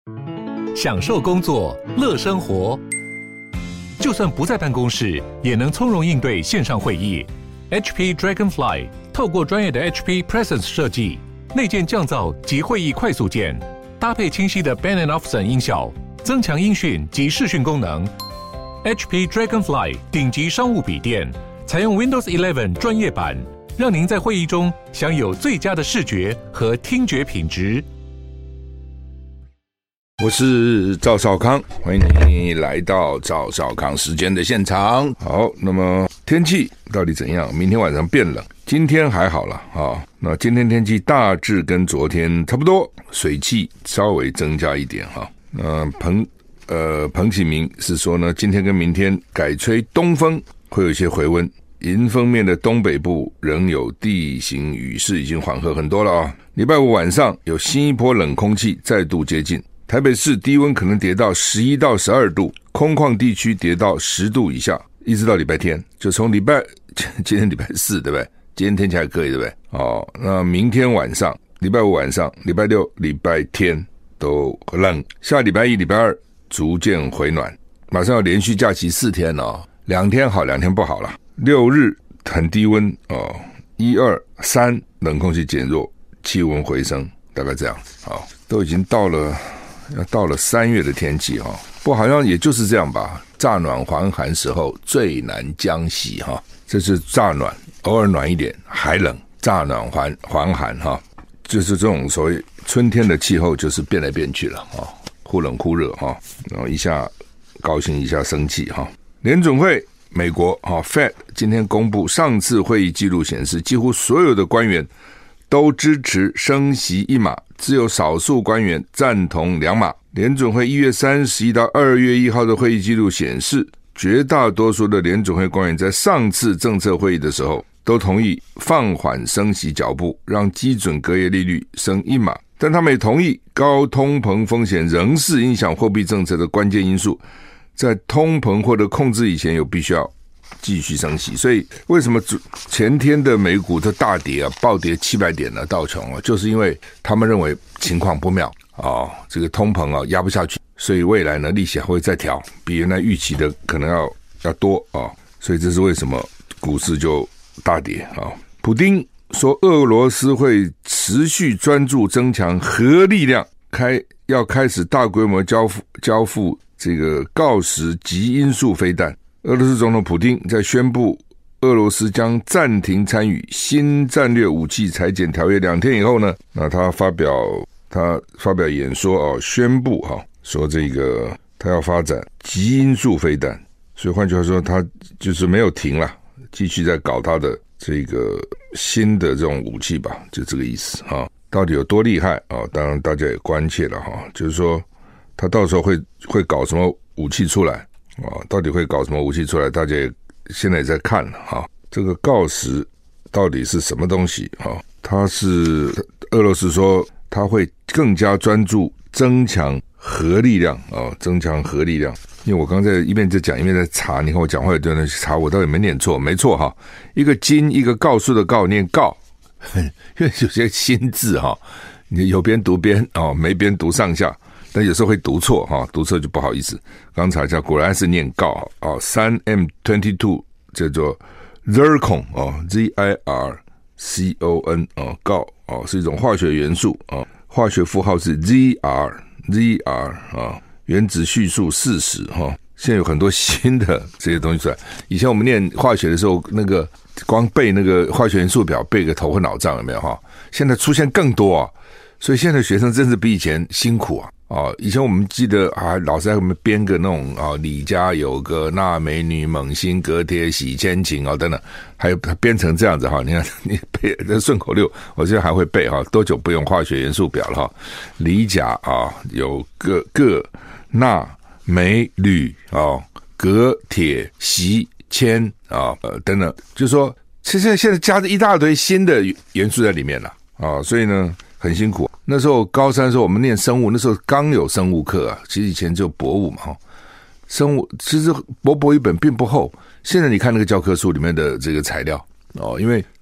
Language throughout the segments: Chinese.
享受工作，乐生活。就算不在办公室，也能从容应对线上会议。HP Dragonfly 透过专业的 HP Presence 设计，内建降噪及会议快速键，搭配清晰的 Bang & Olufsen 音效，增强音讯及视讯功能。HP Dragonfly 顶级商务笔电，采用 Windows 11专业版，让您在会议中享有最佳的视觉和听觉品质。 我是赵少康，欢迎你来到赵少康时间的现场。好，那么天气到底怎样？明天晚上变冷，今天还好了啊。那今天天气大致跟昨天差不多，水汽稍微增加一点哈。彭启明是说呢，今天跟明天改吹东风，会有一些回温。迎风面的东北部仍有地形雨势，已经缓和很多了啊。礼拜五晚上有新一波冷空气再度接近。台北市低温可能跌到11到12度，空旷地区跌到10度以下，一直到礼拜天，就从今天礼拜四对不对？今天天气还可以对不对？哦，那明天晚上，礼拜五晚上，礼拜六、礼拜天都冷，下礼拜一、礼拜二逐渐回暖，马上要连续假期4天哦，2天好，2天不好了。6日很低温哦，1、2、3冷空气减弱，气温回升，大概这样子。好，都已经到了3月的天气哈，不好像也就是这样吧。乍暖还寒时候最难将息哈，这是乍暖，偶尔暖一点还冷，乍暖还寒哈，就是这种所谓春天的气候，就是变来变去了哈，忽冷忽热哈，然后一下高兴一下生气哈。联准会美国Fed 今天公布上次会议记录显示，几乎所有的官员都支持升息1码，只有少数官员赞同2码。联准会1月31到2月1号的会议记录显示，绝大多数的联准会官员在上次政策会议的时候都同意放缓升息脚步，让基准隔夜利率升1码，但他们也同意高通膨风险仍是影响货币政策的关键因素，在通膨获得控制以前有必须要继续升息。所以为什么前天的美股的大跌啊，暴跌700点的道琼啊，就是因为他们认为情况不妙啊，这个通膨啊压不下去，所以未来呢利息还会再调，比原来预期的可能要多啊，所以这是为什么股市就大跌啊。普丁说俄罗斯会持续专注增强核力量，要开始大规模交付这个锆石极音速飞弹。俄罗斯总统普丁在宣布俄罗斯将暂停参与新战略武器裁减条约2天以后呢，那他发表演说宣布说这个他要发展极音速飞弹，所以换句话说，他就是没有停了，继续在搞他的这个新的这种武器吧，就这个意思啊。到底有多厉害啊？当然大家也关切了哈，就是说他到时候会搞什么武器出来啊？到底会搞什么武器出来？大家也现在也在看了哈。这个锆石到底是什么东西啊？它是俄罗斯说他会更加专注增强核力量啊，增强核力量。因为我刚才一边在讲一边在查，你看我讲话有的人去查我到底没念错，没错哈。一个金一个告诉的告念告，因为有些新字哈，你有边读边没边读上下，但有时候会读错哈，读错就不好意思。刚查一下，果然是念告3M22 叫做 Zircon ZIRCON 锆是一种化学元素化学符号是 ZR 原子序数40现在有很多新的这些东西出来。以前我们念化学的时候，那个光背那个化学元素表背个头昏脑胀，有没有现在出现更多所以现在的学生真是比以前辛苦以前我们记得老师还给我们编个那种李家有个那美女猛心隔铁洗千情等等，还有编成这样子你看你背这顺口溜，我现在还会背多久不用化学元素表了李甲有个钠镁铝镉铁锡铅等等，就是说现在加着一大堆新的元素在里面了所以呢很辛苦。那时候高三的时候我们念生物，那时候刚有生物课其实以前只有博物嘛生物其实薄薄一本并不厚。现在你看那个教科书里面的这个材料因为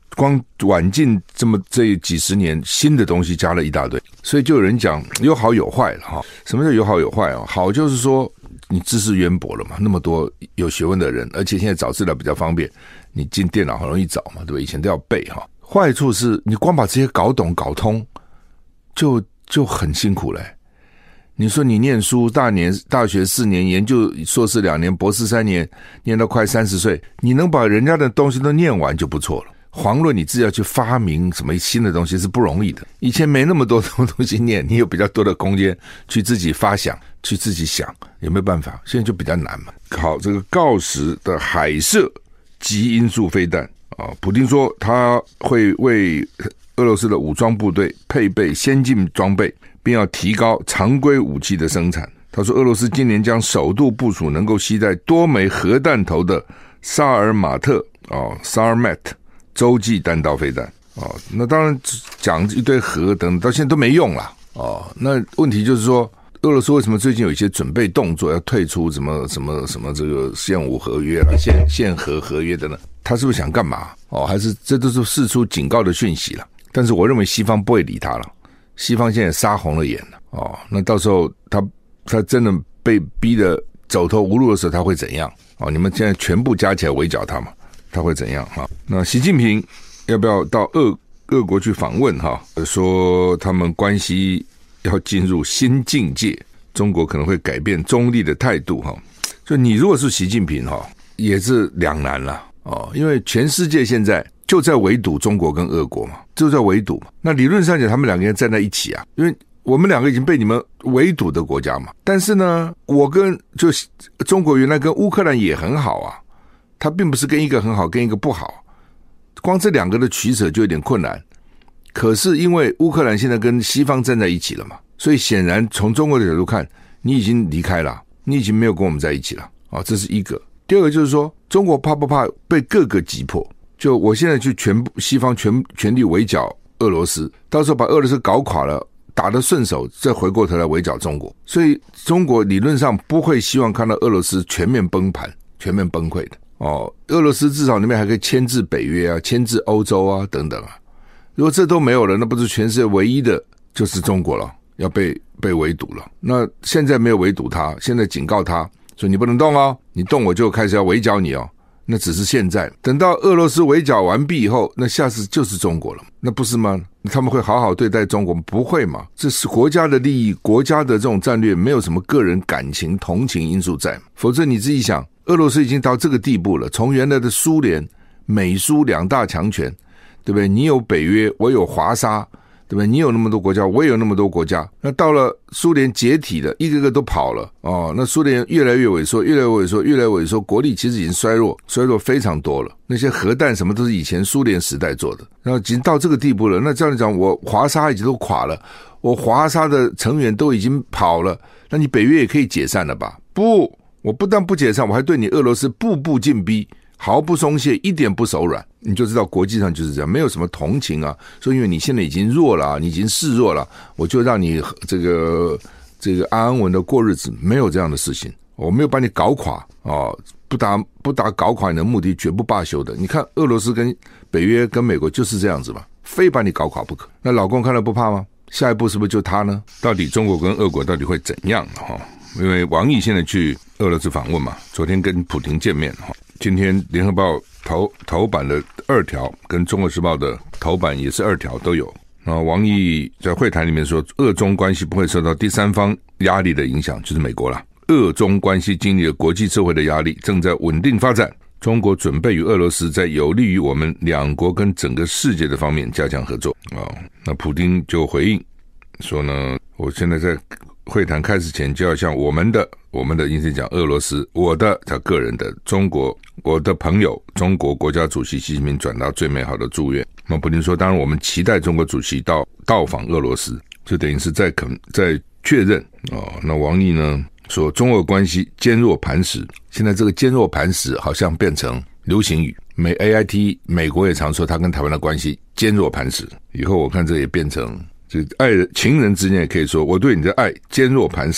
光晚近这几十年新的东西加了一大堆，所以就有人讲有好有坏了哈。什么叫有好有坏啊？好就是说你知识渊博了嘛，那么多有学问的人，而且现在找资料比较方便，你进电脑很容易找嘛，对不对？以前都要背哈。坏处是你光把这些搞懂搞通就很辛苦了。你说你念书大学4年，研究硕士2年，博士3年，念到快30岁，你能把人家的东西都念完就不错了。遑论你自己要去发明什么新的东西是不容易的。以前没那么多东西念，你有比较多的空间去自己发想，去自己想，有没有办法？现在就比较难嘛。好，这个锆石的海射极音速飞弹啊，普丁说他会为俄罗斯的武装部队配备先进装备，并要提高常规武器的生产。他说俄罗斯今年将首度部署能够携带多枚核弹头的萨尔马特SARMAT 洲际弹道飞弹那当然讲一堆核等到现在都没用啦那问题就是说俄罗斯为什么最近有一些准备动作，要退出什么这个现武合约啦、现核合约的呢？他是不是想干嘛还是这都是释出警告的讯息了？但是我认为西方不会理他了，西方现在杀红了眼了那到时候他真的被逼得走投无路的时候，他会怎样你们现在全部加起来围剿他嘛，他会怎样那习近平要不要到俄国去访问说他们关系要进入新境界，中国可能会改变中立的态度就你如果是习近平也是两难了因为全世界现在就在围堵中国跟俄国嘛，就在围堵嘛。那理论上讲他们两个人站在一起啊，因为我们两个已经被你们围堵的国家嘛。但是呢，就中国原来跟乌克兰也很好啊，它并不是跟一个很好跟一个不好，光这两个的取舍就有点困难。可是因为乌克兰现在跟西方站在一起了嘛，所以显然从中国的角度看，你已经离开了，你已经没有跟我们在一起了这是一个。第二个就是说，中国怕不怕被各个击破？就我现在去西方全力围剿俄罗斯，到时候把俄罗斯搞垮了，打得顺手，再回过头来围剿中国。所以中国理论上不会希望看到俄罗斯全面崩盘、全面崩溃的俄罗斯至少那边还可以牵制北约啊、牵制欧洲啊等等啊。如果这都没有了，那不是全世界唯一的就是中国了，要被围堵了。那现在没有围堵他，现在警告他说你不能动你动我就开始要围剿你那只是现在，等到俄罗斯围剿完毕以后，那下次就是中国了，那不是吗？他们会好好对待中国？不会嘛？这是国家的利益，国家的这种战略，没有什么个人感情、同情因素在。否则你自己想，俄罗斯已经到这个地步了，从原来的苏联、美苏两大强权，对不对？你有北约，我有华沙，对不对？你有那么多国家，我也有那么多国家。那到了苏联解体了，一个个都跑了那苏联越来越萎缩，越来越萎缩，越来越萎缩，国力其实已经衰弱非常多了。那些核弹什么都是以前苏联时代做的，然后已经到这个地步了。那这样讲，我华沙已经都垮了，我华沙的成员都已经跑了，那你北约也可以解散了吧？不，我不但不解散，我还对你俄罗斯步步进逼，毫不松懈，一点不手软。你就知道国际上就是这样，没有什么同情说因为你现在已经弱了你已经示弱了，我就让你这个安安稳的过日子，没有这样的事情。我没有把你搞垮不达搞垮你的目的，绝不罢休的。你看俄罗斯跟北约跟美国就是这样子嘛，非把你搞垮不可。那老公看了不怕吗？下一步是不是就他呢？到底中国跟俄国到底会怎样因为王毅现在去俄罗斯访问嘛，昨天跟普丁见面今天联合报头版的2条跟中国时报的头版也是2条都有。然后王毅在会谈里面说，俄中关系不会受到第三方压力的影响，就是美国啦。俄中关系经历了国际社会的压力，正在稳定发展。中国准备与俄罗斯在有利于我们两国跟整个世界的方面加强合作那普丁就回应说呢，我现在在会谈开始前就要向我们的意思讲俄罗斯，我的他个人的中国，我的朋友中国国家主席习近平转达最美好的祝愿。那普丁说，当然我们期待中国主席到访俄罗斯，就等于是在确认那王毅呢说，中俄关系坚若磐石。现在这个坚若磐石好像变成流行语，AIT 美国也常说他跟台湾的关系坚若磐石，以后我看这也变成就情人之间也可以说，我对你的爱坚若磐石，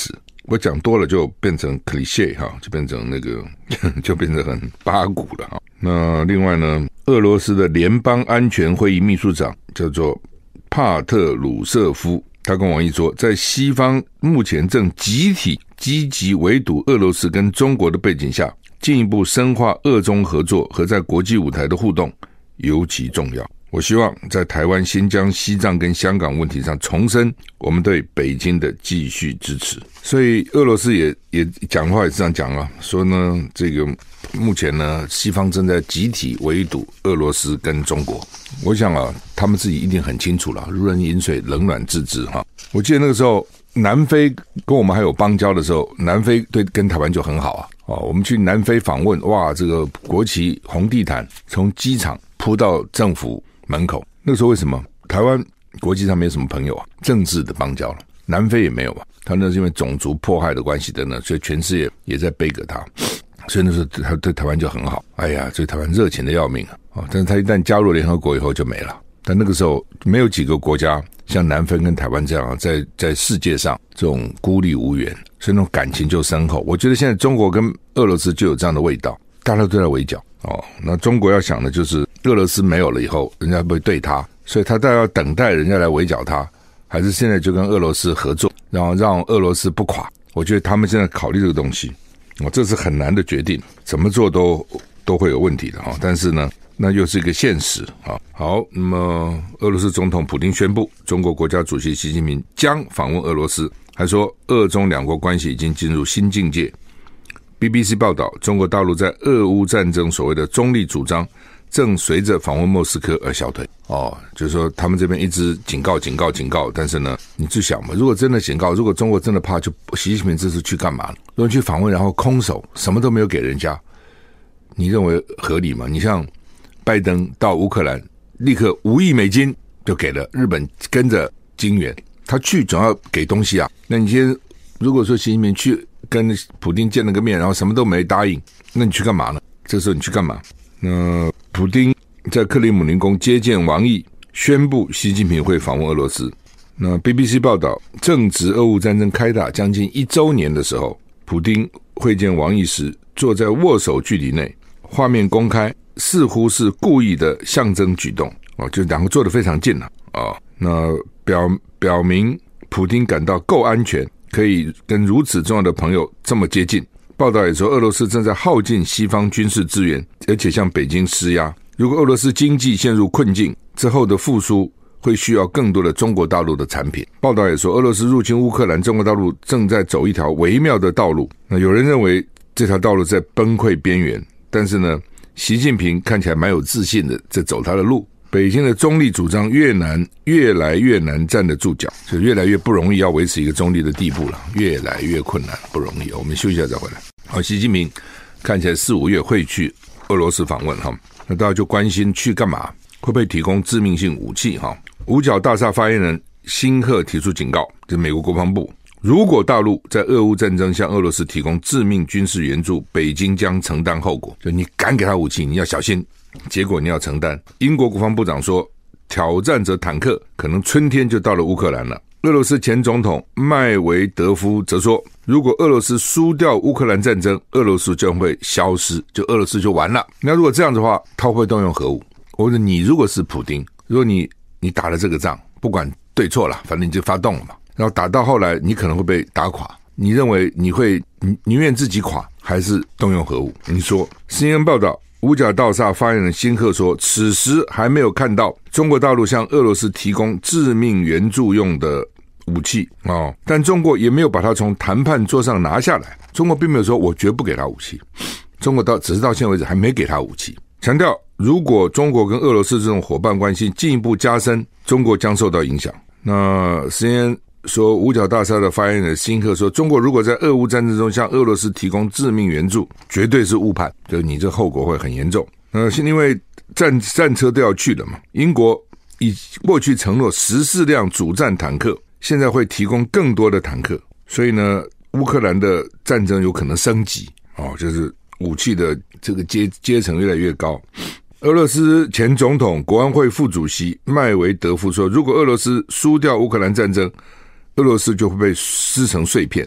我讲多了就变成 cliché 哈，就变成那个就变成很八股了哈。那另外呢，俄罗斯的联邦安全会议秘书长叫做帕特鲁舍夫，他跟王毅说，在西方目前正集体积极围堵俄罗斯跟中国的背景下，进一步深化俄中合作和在国际舞台的互动尤其重要。我希望在台湾、新疆、西藏跟香港问题上重申我们对北京的继续支持。所以俄罗斯也讲话也是这样讲啊，说呢，这个目前呢，西方正在集体围堵俄罗斯跟中国。我想啊，他们自己一定很清楚了，如人饮水，冷暖自知哈。我记得那个时候，南非跟我们还有邦交的时候，南非跟台湾就很好啊。我们去南非访问，哇，这个国旗红地毯从机场铺到政府门口。那个时候为什么台湾国际上没有什么朋友啊？政治的邦交了，南非也没有吧？他那是因为种族迫害的关系等等，所以全世界也在背革他。所以那时候他对台湾就很好，哎呀，对台湾热情的要命啊！但是他一旦加入联合国以后就没了。但那个时候没有几个国家像南非跟台湾这样在世界上这种孤立无援，所以那种感情就深厚。我觉得现在中国跟俄罗斯就有这样的味道，大家都在围剿那中国要想的就是俄罗斯没有了以后，人家不会对他，所以他大概要等待人家来围剿他，还是现在就跟俄罗斯合作，然后让俄罗斯不垮。我觉得他们现在考虑这个东西，这是很难的决定，怎么做都会有问题的但是呢，那又是一个现实好，那么俄罗斯总统普丁宣布，中国国家主席习近平将访问俄罗斯，还说俄中两国关系已经进入新境界。BBC 报道，中国大陆在俄乌战争所谓的中立主张正随着访问莫斯科而消退就是说他们这边一直警告，但是呢，你就想嘛，如果真的警告，如果中国真的怕，就习近平这次去干嘛？如果去访问然后空手什么都没有给人家，你认为合理吗？你像拜登到乌克兰立刻5亿美金就给了，日本跟着金援，他去总要给东西啊。那你今天如果说习近平去跟普丁见了个面，然后什么都没答应，那你去干嘛呢？这时候你去干嘛？那普丁在克里姆林宫接见王毅，宣布习近平会访问俄罗斯。那 BBC 报道，正值俄乌战争开打将近1周年的时候，普丁会见王毅时坐在握手距离内，画面公开，似乎是故意的象征举动就两个坐得非常近了那表明普丁感到够安全，可以跟如此重要的朋友这么接近。报道也说，俄罗斯正在耗尽西方军事资源，而且向北京施压。如果俄罗斯经济陷入困境，之后的复苏会需要更多的中国大陆的产品。报道也说，俄罗斯入侵乌克兰，中国大陆正在走一条微妙的道路。那有人认为这条道路在崩溃边缘，但是呢，习近平看起来蛮有自信的在走他的路。北京的中立主张越来越难站得住脚，就越来越不容易要维持一个中立的地步了，越来越困难，不容易。我们休息一下再回来。好，习近平看起来4、5月会去俄罗斯访问那大家就关心去干嘛，会不会提供致命性武器五角大厦发言人辛赫提出警告，就是美国国防部，如果大陆在俄乌战争向俄罗斯提供致命军事援助，北京将承担后果。就你敢给他武器，你要小心，结果你要承担。英国国防部长说，挑战者坦克可能春天就到了乌克兰了。俄罗斯前总统麦维德夫则说，如果俄罗斯输掉乌克兰战争，俄罗斯将会消失，就俄罗斯就完了。那如果这样的话，他会动用核武。或者你如果是普丁，如果你打了这个仗，不管对错了，反正你就发动了嘛，然后打到后来你可能会被打垮，你认为你会宁愿自己垮还是动用核武？你说。CNN 报道，五角大厦发言人辛赫说，此时还没有看到中国大陆向俄罗斯提供致命援助用的武器但中国也没有把它从谈判桌上拿下来。中国并没有说我绝不给他武器，中国只是到现在为止还没给他武器，强调如果中国跟俄罗斯这种伙伴关系进一步加深，中国将受到影响。那CNN说，五角大厦的发言人辛赫说，中国如果在俄乌战争中向俄罗斯提供致命援助，绝对是误判，就是你这后果会很严重。因为战车都要去了嘛，英国以过去承诺14辆主战坦克，现在会提供更多的坦克，所以呢，乌克兰的战争有可能升级就是武器的这个阶层越来越高。俄罗斯前总统国安会副主席麦维德夫说，如果俄罗斯输掉乌克兰战争，俄罗斯就会被撕成碎片，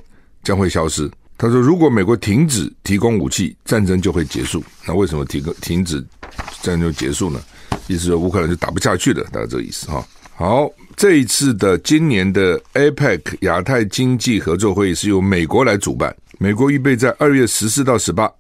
将会消失。他说，如果美国停止提供武器，战争就会结束。那为什么停止战争就结束呢？意思说乌克兰就打不下去了，大概这个意思哈。好，这一次的今年的 APEC 亚太经济合作会议是由美国来主办，美国预备在2月14到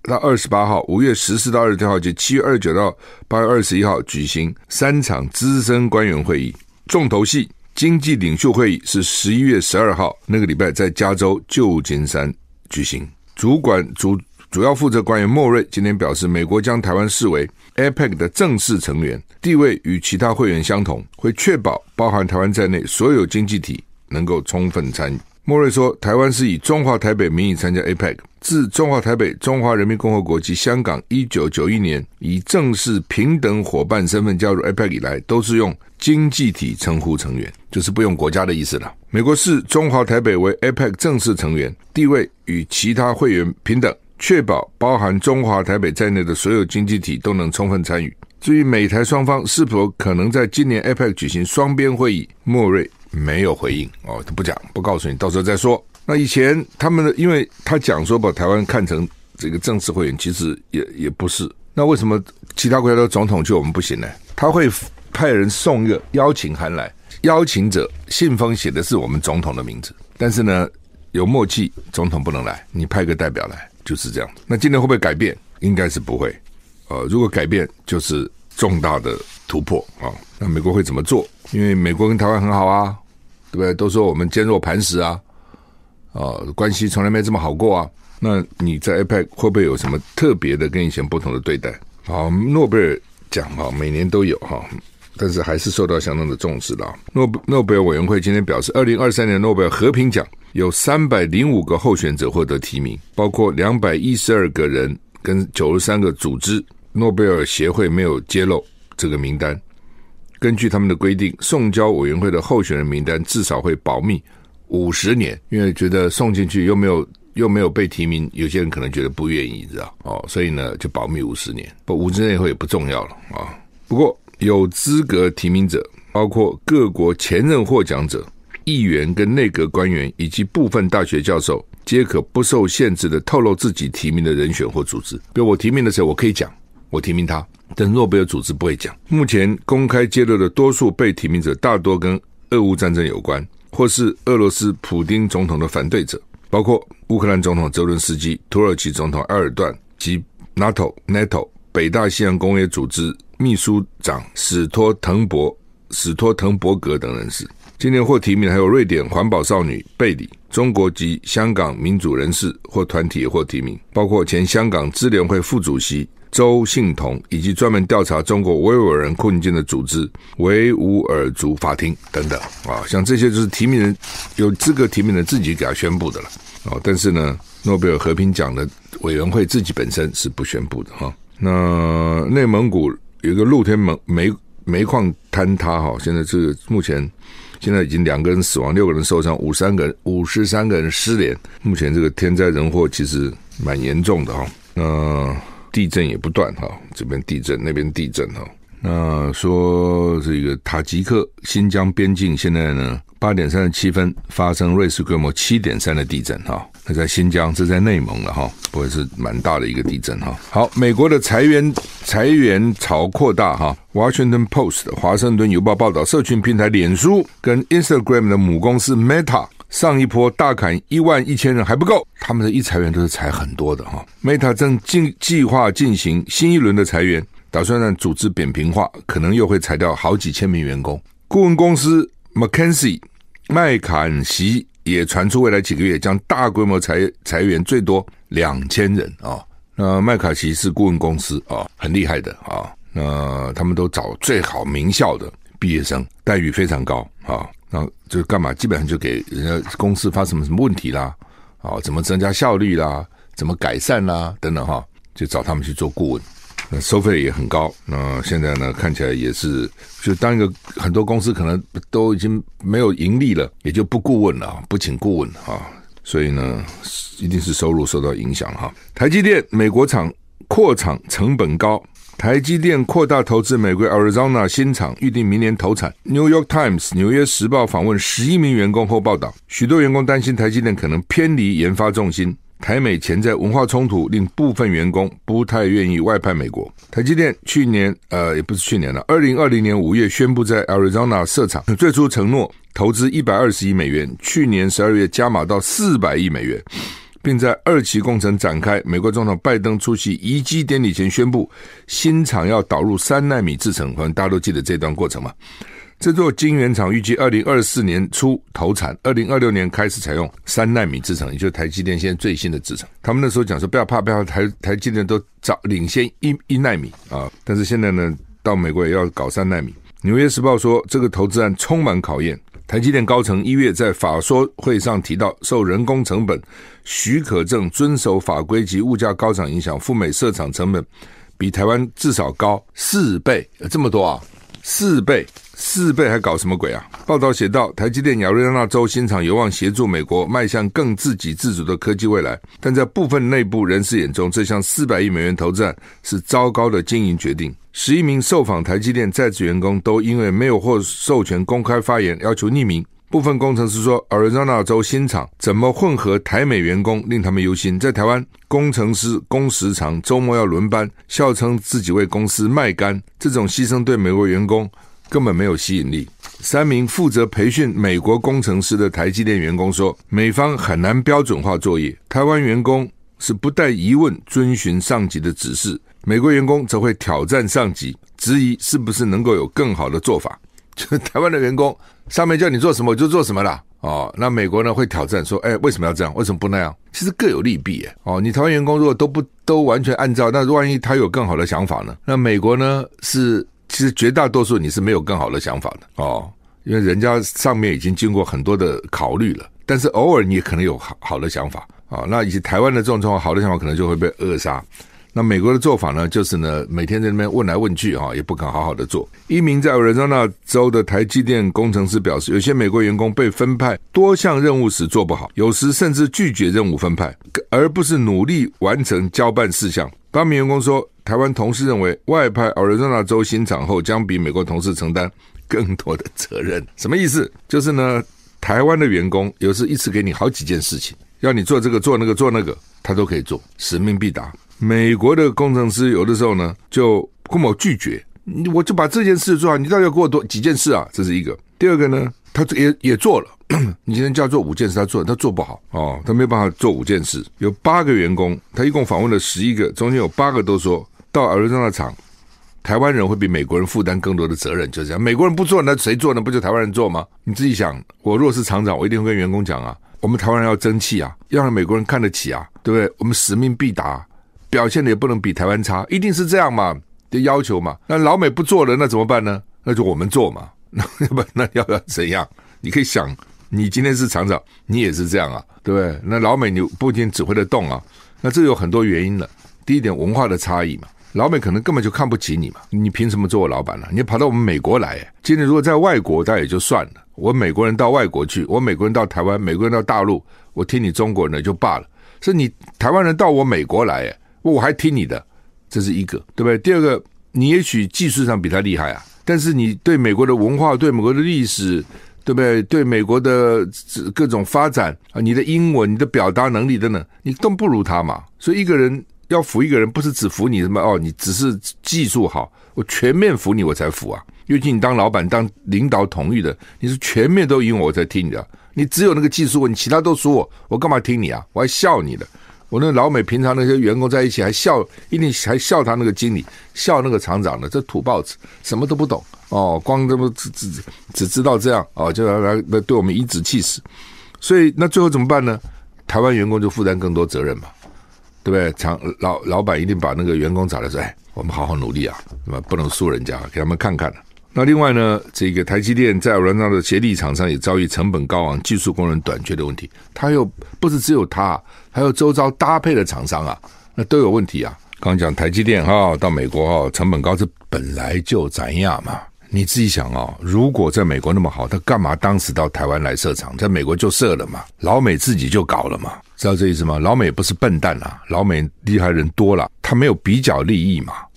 28号、5月14到26号及7月29到8月21号举行3场资深官员会议。重头戏经济领袖会议是11月12号那个礼拜在加州旧金山举行。主要负责官员莫瑞今天表示，美国将台湾视为 APEC 的正式成员，地位与其他会员相同，会确保包含台湾在内所有经济体能够充分参与。莫瑞说，台湾是以中华台北名义参加 APEC， 自中华台北中华人民共和国及香港1991年以正式平等伙伴身份加入 APEC 以来，都是用经济体称呼成员，就是不用国家的意思了。美国视中华台北为 APEC 正式成员，地位与其他会员平等，确保包含中华台北在内的所有经济体都能充分参与。至于美台双方是否可能在今年 APEC 举行双边会议，莫瑞没有回应他不讲，不告诉你，到时候再说。那以前他们的，因为他讲说把台湾看成这个正式会员，其实也不是。那为什么其他国家的总统就我们不行呢？他会派人送一个邀请函来，邀请者信封写的是我们总统的名字，但是呢有默契，总统不能来，你派个代表来，就是这样。那今年会不会改变？应该是不会。如果改变，就是重大的突破啊。那美国会怎么做？因为美国跟台湾很好啊，对不对？都说我们坚若磐石啊，关系从来没这么好过啊。那你在 APEC 会不会有什么特别的跟以前不同的对待？好，诺贝尔奖每年都有哈，但是还是受到相当的重视的。诺贝尔委员会今天表示，2023年诺贝尔和平奖有305个候选者获得提名，包括212个人跟93个组织。诺贝尔协会没有揭露这个名单。根据他们的规定，送交委员会的候选人名单至少会保密50年，因为觉得送进去又没有被提名，有些人可能觉得不愿意，知道所以呢就保密50年。不，50年以后也不重要了啊。不过有资格提名者，包括各国前任获奖者、议员跟内阁官员以及部分大学教授，皆可不受限制的透露自己提名的人选或组织。比如我提名的时候，我可以讲我提名他，但诺贝尔组织不会讲。目前公开揭露的多数被提名者大多跟俄乌战争有关，或是俄罗斯普丁总统的反对者，包括乌克兰总统泽伦斯基、土耳其总统埃尔段及 NATO 北大西洋公约组织秘书长史托滕伯格等人士。今年获提名还有瑞典环保少女贝里，中国及香港民主人士或团体也获提名，包括前香港支联会副主席周幸彤，以及专门调查中国维吾尔人困境的组织维吾尔族法庭等等像这些就是提名人有资格提名人自己给他宣布的了但是呢诺贝尔和平奖的委员会自己本身是不宣布的那内蒙古有一个露天煤矿坍塌现在这个目前现在已经2个人死亡，6个人受伤，53个人失联。目前这个天灾人祸其实蛮严重的地震也不断这边地震那边地震那说这个塔吉克新疆边境现在呢8点37分发生瑞士规模 7.3 的地震那在新疆，这在内蒙了不会是蛮大的一个地震好，美国的裁员潮扩大Washington Post 华盛顿邮报报道，社群平台脸书跟 Instagram 的母公司 Meta 上一波大砍11000人还不够，他们的裁员都是裁很多的Meta 正计划进行新一轮的裁员，打算让组织扁平化，可能又会裁掉好几千名员工。顾问公司 McKinsey 麦坎锡也传出未来几个月将大规模裁员，最多2000人那麦卡锡是顾问公司很厉害的那他们都找最好名校的毕业生，待遇非常高那就干嘛？基本上就给人家公司发什么问题啦怎么增加效率啦，怎么改善啦等等就找他们去做顾问。那收费也很高，那现在呢看起来也是，就当一个很多公司可能都已经没有盈利了，也就不顾问了，不请顾问所以呢一定是收入受到影响台积电美国厂扩厂成本高， 台积电扩大投资美国 Arizona 新厂，预定明年投产。New York Times 纽约时报访问11名员工后报道，许多员工担心台积电可能偏离研发重心，台美潜在文化冲突令部分员工不太愿意外派美国。台积电去年也不是去年了，2020年5月宣布在 Arizona 设厂，最初承诺投资120亿美元，去年12月加码到400亿美元，并在2期工程展开。美国总统拜登出席移机典礼前宣布，新厂要导入3奈米制程，可能大家都记得这段过程嘛。这座晶圆厂预计2024年初投产，2026年开始采用3奈米制程，也就是台积电现在最新的制程。他们那时候讲说不要怕，台积电都领先1奈米啊，但是现在呢，到美国也要搞3奈米。纽约时报说，这个投资案充满考验。台积电高层1月在法说会上提到，受人工成本、许可证、遵守法规及物价高涨影响，赴美设厂成本比台湾至少高4倍，这么多啊，4倍还搞什么鬼啊？报道写道，台积电亚利桑那州新厂有望协助美国迈向更自给自足的科技未来，但在部分内部人士眼中，这项400亿美元投资案是糟糕的经营决定。11名受访台积电在职员工都因为没有获授权公开发言，要求匿名。部分工程师说 Arizona 州新厂怎么混合台美员工，令他们忧心。在台湾，工程师工时长，周末要轮班，笑称自己为公司卖肝，这种牺牲对美国员工根本没有吸引力。3名负责培训美国工程师的台积电员工说，美方很难标准化作业，台湾员工是不带疑问遵循上级的指示，美国员工则会挑战上级，质疑是不是能够有更好的做法。就台湾的员工上面叫你做什么我就做什么啦，那美国呢会挑战说，为什么要这样，为什么不那样？其实各有利弊你台湾员工如果都完全按照，那万一他有更好的想法呢？那美国呢其实绝大多数你是没有更好的想法的因为人家上面已经经过很多的考虑了，但是偶尔你也可能有好的想法那以及台湾的这种状况，好的想法可能就会被扼杀。那美国的做法呢，就是呢每天在那边问来问去也不肯好好的做。一名在 Arizona 州的台积电工程师表示，有些美国员工被分派多项任务时做不好，有时甚至拒绝任务分派，而不是努力完成交办事项。8名员工说，台湾同事认为外派 Arizona 州新厂后将比美国同事承担更多的责任。什么意思？就是呢台湾的员工有时一次给你好几件事情，要你做这个做那个做那个，他都可以做，使命必达。美国的工程师有的时候呢就跟我拒绝，我就把这件事做好，你到底要给我几件事啊？这是一个。第二个呢，他也做了，你今天叫他做5件事，他做不好他没有办法做5件事。有8个员工，他一共访问了11个，中间有8个都说到Arizona厂，台湾人会比美国人负担更多的责任，就是这样。美国人不做，那谁做呢？不就台湾人做吗？你自己想，我若是厂长，我一定会跟员工讲我们台湾人要争气要让美国人看得起对不对？我们使命必达，表现的也不能比台湾差，一定是这样嘛的要求嘛。那老美不做了，那怎么办呢？那就我们做嘛。那要怎样？你可以想，你今天是厂长，你也是这样对不对？那老美你不一定指挥得动那这有很多原因了。第一点，文化的差异嘛，老美可能根本就看不起你嘛，你凭什么做我老板呢？你跑到我们美国来今天如果在外国那也就算了，我美国人到外国去，我美国人到台湾，美国人到大陆，我听你中国人的就罢了，是你台湾人到我美国来我还听你的，这是一个，对不对？第二个，你也许技术上比他厉害但是你对美国的文化，对美国的历史，对不对？对美国的各种发展你的英文，你的表达能力等等，你都不如他嘛。所以一个人要服一个人，不是只服你什么你只是技术好，我全面服你我才服尤其你当老板当领导统御的，你是全面都赢我才听你的。你只有那个技术，你其他都输我干嘛听你我还笑你的。我那老美平常那些员工在一起还笑，一定还笑他那个经理，笑那个厂长的，这土包子什么都不懂光这么只知道这样就来对我们颐指气使。所以那最后怎么办呢？台湾员工就负担更多责任嘛，对不对？老板一定把那个员工找来说，我们好好努力不能输人家，给他们看看那另外呢，这个台积电在Arizona的协力厂商也遭遇成本高昂、技术工人短缺的问题。它又不是只有它，还有周遭搭配的厂商那都有问题刚刚讲台积电到美国成本高，这本来就怎样嘛。你自己想如果在美国那么好，他干嘛当时到台湾来设厂？在美国就设了嘛，老美自己就搞了嘛，知道这意思吗？老美也不是笨蛋老美厉害人多了，他没有比较利益嘛。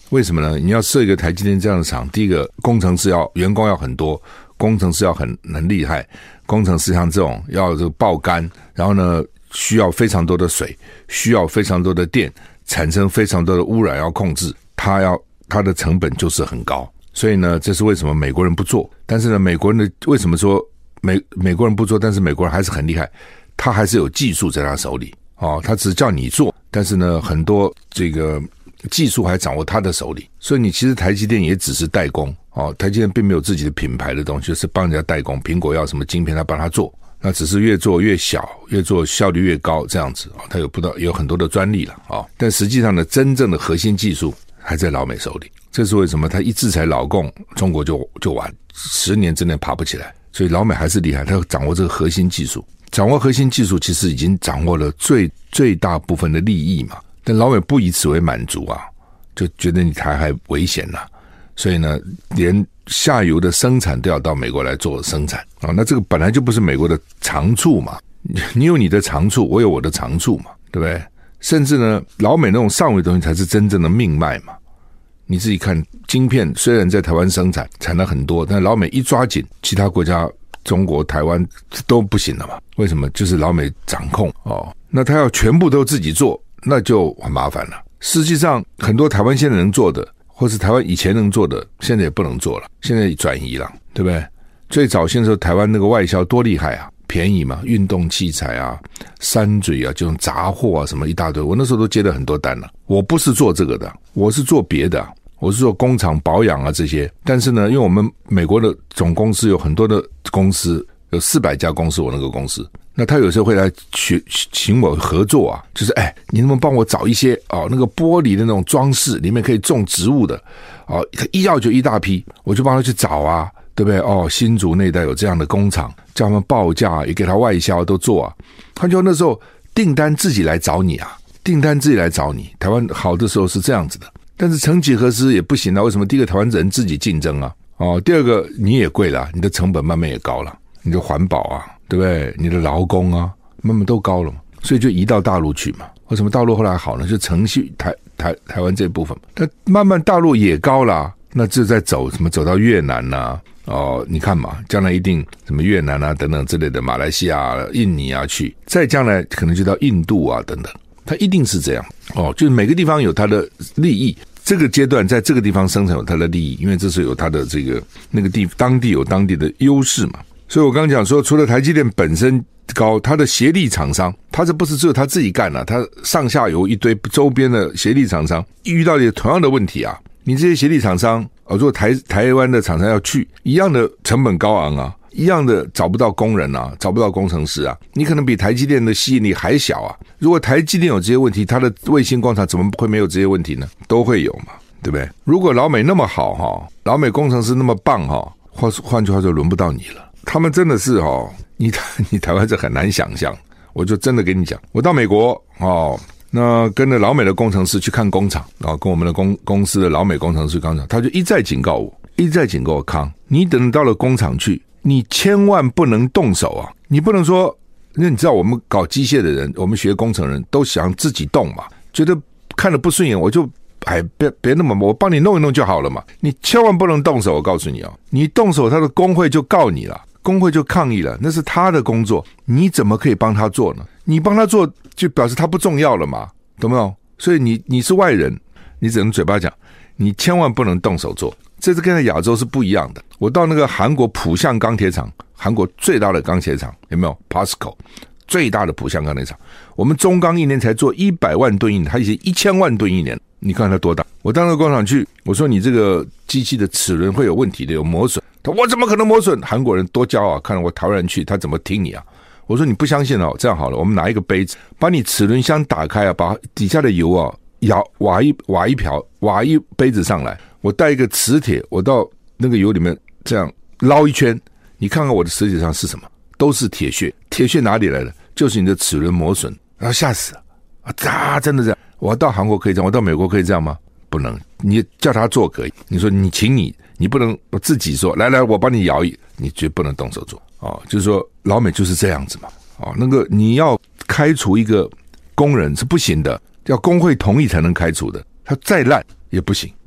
为什么呢？你要设一个台积电这样的厂，第一个工程师员工要很多，工程师要很厉害，工程师像这种要这个爆肝，然后呢需要非常多的水，需要非常多的电，产生非常多的污染要控制，它的成本就是很高。所以呢，这是为什么美国人不做。但是呢，美国人的为什么说美国人不做，但是美国人还是很厉害，他还是有技术在他手里他只叫你做，但是呢很多这个技术还掌握他的手里。所以你其实台积电也只是代工台积电并没有自己的品牌的东西，就是帮人家代工，苹果要什么晶片他帮他做，那只是越做越小，越做效率越高这样子他有很多的专利了但实际上呢，真正的核心技术还在老美手里。这是为什么他一制裁老共，中国就完，10年之内爬不起来。所以老美还是厉害，他掌握这个核心技术，掌握核心技术其实已经掌握了最大部分的利益嘛。但老美不以此为满足就觉得你台海危险所以呢连下游的生产都要到美国来做生产那这个本来就不是美国的长处嘛，你有你的长处，我有我的长处嘛，对不对？甚至呢老美那种上游的东西才是真正的命脉嘛。你自己看，晶片虽然在台湾生产了很多，但老美一抓紧，其他国家中国台湾都不行了嘛。为什么？就是老美掌控那他要全部都自己做，那就很麻烦了。实际上很多台湾现在能做的，或是台湾以前能做的，现在也不能做了，现在转移了，对不对？最早先的时候台湾那个外销多厉害便宜嘛，运动器材山嘴这种杂货什么一大堆，我那时候都接了很多单了。我不是做这个的，我是做别的我是做工厂保养这些。但是呢，因为我们美国的总公司有很多的公司，有400家公司，我那个公司，那他有时候会来请我合作就是你能不能帮我找一些那个玻璃的那种装饰，里面可以种植物的他一要就一大批，我就帮他去找对不对？新竹那带有这样的工厂，叫他们报价，也给他外销都做他就那时候订单自己来找你订单自己来找你。台湾好的时候是这样子的，但是曾几何时也不行为什么？第一个，台湾人自己竞争第二个，你也贵了，你的成本慢慢也高了，你的环保对不对？你的劳工慢慢都高了嘛，所以就移到大陆去嘛。为什么大陆后来好呢？就承续台湾这部分，但慢慢大陆也高了，那就在走到越南你看嘛，将来一定什么越南等等之类的，马来西亚、印尼去，再将来可能就到印度等等，它一定是这样就是每个地方有它的利益，这个阶段在这个地方生产有它的利益，因为这是有它的这个那个当地有当地的优势嘛。所以我刚刚讲说，除了台积电本身高，它的协力厂商，它这不是只有它自己干它上下游一堆周边的协力厂商遇到的同样的问题你这些协力厂商如果台湾的厂商要去，一样的成本高昂一样的找不到工人找不到工程师你可能比台积电的吸引力还小如果台积电有这些问题，它的卫星工厂怎么会没有这些问题呢？都会有嘛，对不对？如果老美那么好老美工程师那么棒换句话说，轮不到你了。他们真的是你台湾这很难想象。我就真的跟你讲，我到美国那跟着老美的工程师去看工厂跟我们的公司的老美工程师工厂，他就一再警告我康，你等到了工厂去，你千万不能动手你不能说，因为你知道我们搞机械的人，我们学工程人都想自己动嘛，觉得看了不顺眼我就别那么，我帮你弄一弄就好了嘛。你千万不能动手，我告诉你你动手他的工会就告你了，工会就抗议了，那是他的工作，你怎么可以帮他做呢？你帮他做就表示他不重要了嘛，懂不懂？所以你是外人，你只能嘴巴讲，你千万不能动手做。这次跟在亚洲是不一样的。我到那个韩国浦项钢铁厂，韩国最大的钢铁厂，有没有 POSCO 最大的浦项钢铁厂，我们中钢一年才做100万吨一年，他以前1000万吨一年，你看它多大。我到那个工厂去，我说你这个机器的齿轮会有问题的，有磨损。他说我怎么可能磨损？韩国人多骄傲，看到我台湾人去，他怎么听你我说你不相信这样好了，我们拿一个杯子，把你齿轮箱打开把底下的油挖一杯子上来，我带一个磁铁，我到那个油里面这样捞一圈，你看看我的磁铁上是什么？都是铁屑。铁屑哪里来的？就是你的齿轮磨损。然后吓死了真的这样？我到韩国可以这样，我到美国可以这样吗？不能。你叫他做可以，你说你不能自己说来我帮你摇你绝不能动手做就是说老美就是这样子嘛那个你要开除一个工人是不行的，要工会同意才能开除的，他再烂也不行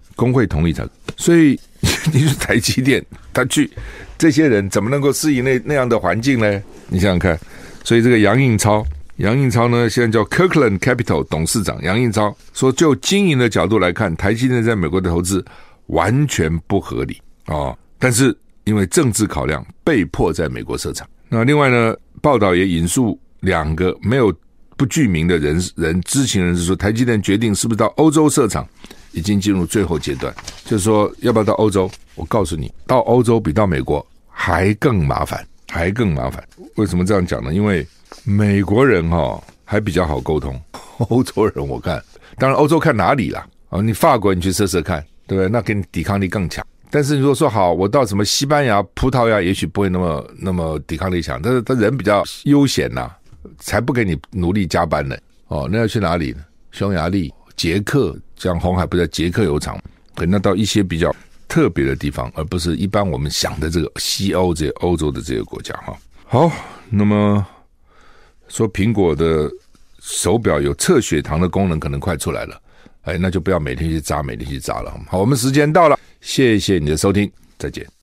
工会同意才。所以你说台积电他去，这些人怎么能够适应那样的环境呢？你想想看。所以这个杨应超呢，现在叫 Kirkland Capital 董事长杨应超说，就经营的角度来看，台积电在美国的投资完全不合理但是因为政治考量，被迫在美国设厂。那另外呢，报道也引述2个不具名的人知情人士说，台积电决定是不是到欧洲设厂已经进入最后阶段，就是说要不要到欧洲。我告诉你，到欧洲比到美国还更麻烦。为什么这样讲呢？因为美国人还比较好沟通，欧洲人我看，当然欧洲看哪里啦你法国你去设看，对不对？那给你抵抗力更强。但是如果说好，我到什么西班牙、葡萄牙，也许不会那么抵抗力强，但是他人比较悠闲才不给你努力加班呢。那要去哪里呢？匈牙利、捷克，像鸿海不在捷克有厂，可能要到一些比较特别的地方，而不是一般我们想的这个西欧这些欧洲的这些国家好，那么说苹果的手表有测血糖的功能可能快出来了，那就不要每天去扎了。好，我们时间到了，谢谢你的收听，再见。